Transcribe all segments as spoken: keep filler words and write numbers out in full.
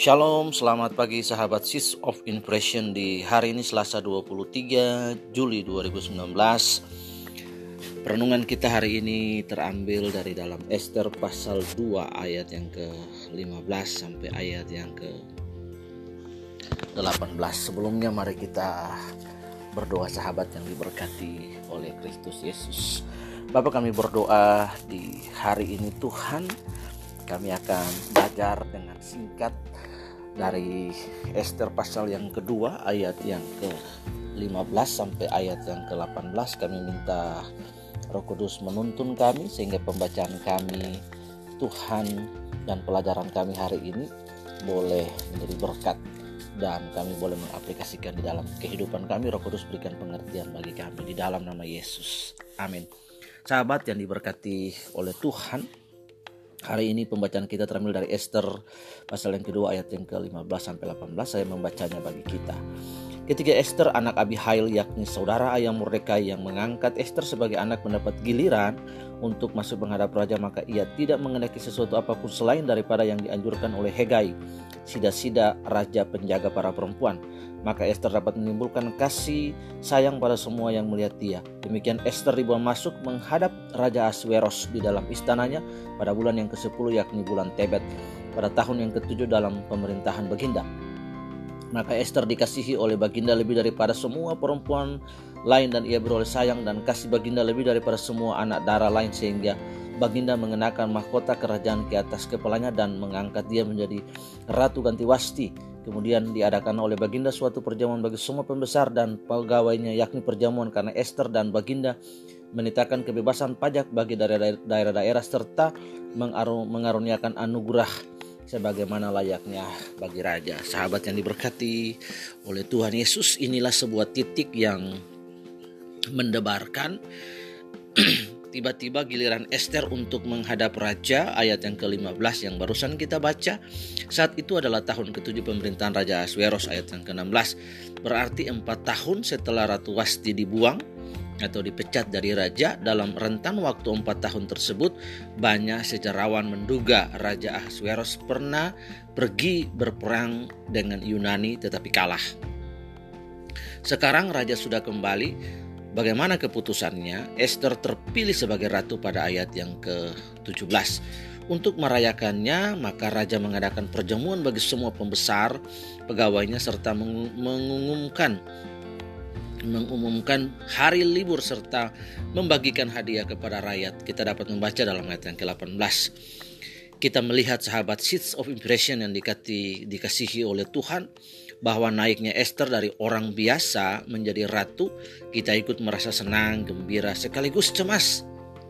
Shalom, selamat pagi sahabat Seeds of Impression di hari ini Selasa dua puluh tiga Juli dua ribu sembilan belas. Perenungan kita hari ini terambil dari dalam Ester pasal dua ayat yang ke lima belas sampai ayat yang ke delapan belas. Sebelumnya mari kita berdoa sahabat yang diberkati oleh Kristus Yesus. Bapa, kami berdoa di hari ini Tuhan, kami akan belajar dengan singkat dari Ester pasal yang kedua ayat yang ke lima belas sampai ayat yang ke delapan belas. Kami minta Roh Kudus menuntun kami sehingga pembacaan kami Tuhan dan pelajaran kami hari ini boleh menjadi berkat dan kami boleh mengaplikasikan di dalam kehidupan kami. Roh Kudus berikan pengertian bagi kami di dalam nama Yesus. Amin. Sahabat yang diberkati oleh Tuhan, hari ini pembacaan kita terambil dari Ester pasal yang kedua ayat yang ke lima belas sampai delapan belas. Saya membacanya bagi kita. Ketika Ester anak Abihail, yakni saudara ayah Mordekai, yang mengangkat Ester sebagai anak, mendapat giliran untuk masuk menghadap raja, maka ia tidak mengendaki sesuatu apapun selain daripada yang dianjurkan oleh Hegai, sida-sida raja penjaga para perempuan. Maka Ester dapat menimbulkan kasih sayang pada semua yang melihat dia. Demikian Ester dibawa masuk menghadap Raja Ahasweros di dalam istananya pada bulan yang kesepuluh, yakni bulan Tebet, pada tahun yang ketujuh dalam pemerintahan Baginda. Maka Ester dikasihi oleh Baginda lebih daripada semua perempuan lain, dan ia beroleh sayang dan kasih Baginda lebih daripada semua anak darah lain, sehingga Baginda mengenakan mahkota kerajaan ke atas kepalanya dan mengangkat dia menjadi Ratu Ganti Wasti. Kemudian diadakan oleh Baginda suatu perjamuan bagi semua pembesar dan pegawainya, yakni perjamuan karena Ester, dan Baginda menitahkan kebebasan pajak bagi daerah-daerah serta mengaruniakan anugerah sebagaimana layaknya bagi raja. Sahabat yang diberkati oleh Tuhan Yesus, inilah sebuah titik yang mendebarkan tiba-tiba giliran Ester untuk menghadap raja. Ayat yang ke lima belas yang barusan kita baca, saat itu adalah tahun ketujuh pemerintahan Raja Ahasweros. Ayat yang ke enam belas, berarti empat tahun setelah Ratu Wasti dibuang atau dipecat dari raja. Dalam rentan waktu empat tahun tersebut, banyak sejarawan menduga Raja Ahasweros pernah pergi berperang dengan Yunani tetapi kalah. Sekarang raja sudah kembali. Bagaimana keputusannya? Ester terpilih sebagai ratu pada ayat yang ke tujuh belas. Untuk merayakannya, maka raja mengadakan perjamuan bagi semua pembesar, pegawainya, serta mengumumkan mengumumkan hari libur serta membagikan hadiah kepada rakyat. Kita dapat membaca dalam ayat yang ke delapan belas. Kita melihat sahabat Seeds of Impression yang dikati, dikasihi oleh Tuhan, bahwa naiknya Ester dari orang biasa menjadi ratu, kita ikut merasa senang, gembira, sekaligus cemas.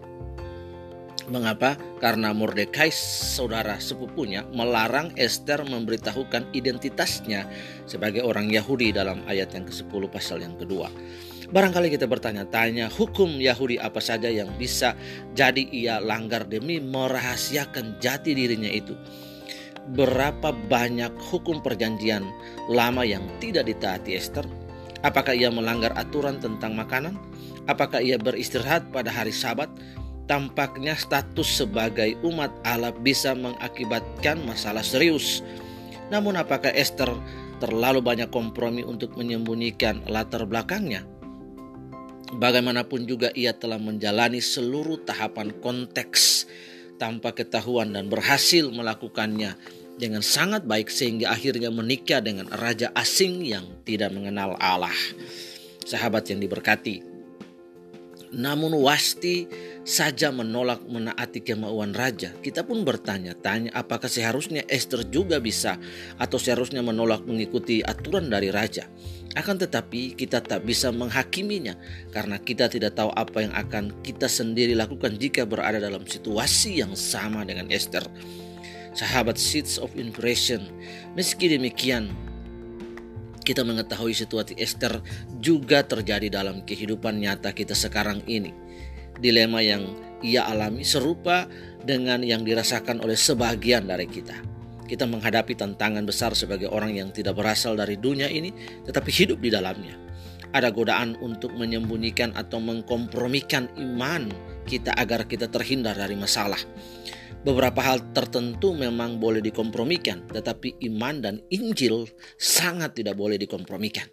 Mengapa? Karena Mordekai, saudara sepupunya, melarang Ester memberitahukan identitasnya sebagai orang Yahudi dalam ayat yang kesepuluh pasal yang kedua. Barangkali kita bertanya-tanya, hukum Yahudi apa saja yang bisa jadi ia langgar demi merahasiakan jati dirinya itu? Berapa banyak hukum perjanjian lama yang tidak ditaati Ester? Apakah ia melanggar aturan tentang makanan? Apakah ia beristirahat pada hari Sabat? Tampaknya status sebagai umat Allah bisa mengakibatkan masalah serius. Namun apakah Ester terlalu banyak kompromi untuk menyembunyikan latar belakangnya? Bagaimanapun juga ia telah menjalani seluruh tahapan konteks tanpa ketahuan dan berhasil melakukannya dengan sangat baik, sehingga akhirnya menikah dengan raja asing yang tidak mengenal Allah. Sahabat yang diberkati, namun Wasti saja menolak menaati kemauan raja. Kita pun bertanya-tanya, apakah seharusnya Ester juga bisa atau seharusnya menolak mengikuti aturan dari raja? Akan tetapi kita tak bisa menghakiminya, karena kita tidak tahu apa yang akan kita sendiri lakukan jika berada dalam situasi yang sama dengan Ester. Sahabat Seeds of Impression, meski demikian kita mengetahui situasi Ester juga terjadi dalam kehidupan nyata kita sekarang ini. Dilema yang ia alami serupa dengan yang dirasakan oleh sebagian dari kita. Kita menghadapi tantangan besar sebagai orang yang tidak berasal dari dunia ini tetapi hidup di dalamnya. Ada godaan untuk menyembunyikan atau mengkompromikan iman kita agar kita terhindar dari masalah. Beberapa hal tertentu memang boleh dikompromikan, tetapi iman dan Injil sangat tidak boleh dikompromikan.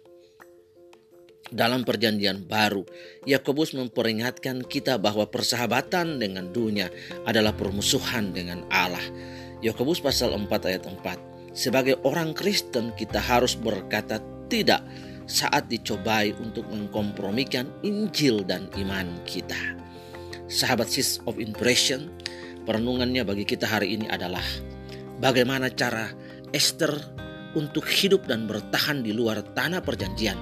Dalam perjanjian baru, Yakobus memperingatkan kita bahwa persahabatan dengan dunia adalah permusuhan dengan Allah. Yakobus pasal empat ayat empat. Sebagai orang Kristen kita harus berkata tidak saat dicobai untuk mengkompromikan Injil dan iman kita. Sahabat Seeds of Impression, perenungannya bagi kita hari ini adalah bagaimana cara Esther untuk hidup dan bertahan di luar tanah perjanjian.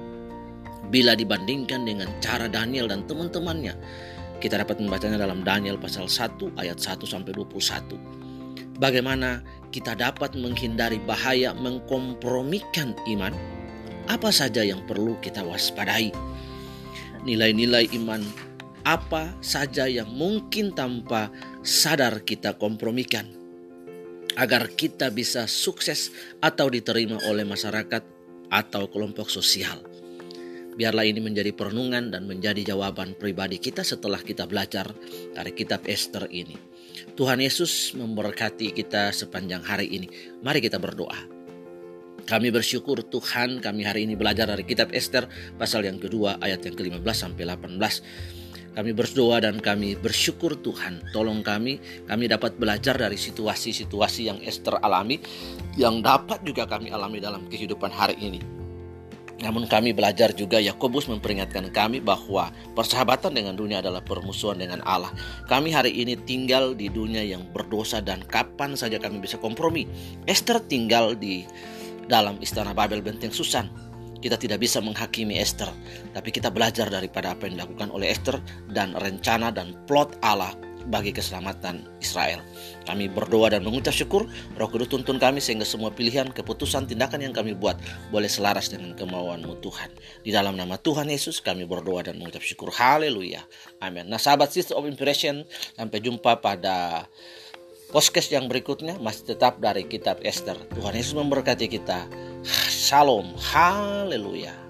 Bila dibandingkan dengan cara Daniel dan teman-temannya, kita dapat membacanya dalam Daniel pasal satu ayat satu sampai dua puluh satu. Bagaimana kita dapat menghindari bahaya mengkompromikan iman? Apa saja yang perlu kita waspadai? Nilai-nilai iman apa saja yang mungkin tanpa sadar kita kompromikan agar kita bisa sukses atau diterima oleh masyarakat atau kelompok sosial. Biarlah ini menjadi perenungan dan menjadi jawaban pribadi kita setelah kita belajar dari kitab Esther ini. Tuhan Yesus memberkati kita sepanjang hari ini. Mari kita berdoa. Kami bersyukur Tuhan, kami hari ini belajar dari kitab Esther pasal yang kedua ayat yang kelima belas sampai delapan belas. Kami berdoa dan kami bersyukur Tuhan, tolong kami, kami dapat belajar dari situasi-situasi yang Esther alami, yang dapat juga kami alami dalam kehidupan hari ini. Namun kami belajar juga, Yakobus memperingatkan kami bahwa persahabatan dengan dunia adalah permusuhan dengan Allah. Kami hari ini tinggal di dunia yang berdosa dan kapan saja kami bisa kompromi. Esther tinggal di dalam istana Babel benteng Susan. Kita tidak bisa menghakimi Esther, tapi kita belajar daripada apa yang dilakukan oleh Esther dan rencana dan plot Allah bagi keselamatan Israel. Kami berdoa dan mengucap syukur, Roh Kudus tuntun kami sehingga semua pilihan, keputusan, tindakan yang kami buat boleh selaras dengan kemauan-Mu Tuhan. Di dalam nama Tuhan Yesus kami berdoa dan mengucap syukur. Haleluya. Amin. Nah sahabat Seeds of Impression, sampai jumpa pada podcast yang berikutnya, masih tetap dari kitab Esther. Tuhan Yesus memberkati kita. Shalom. Haleluya.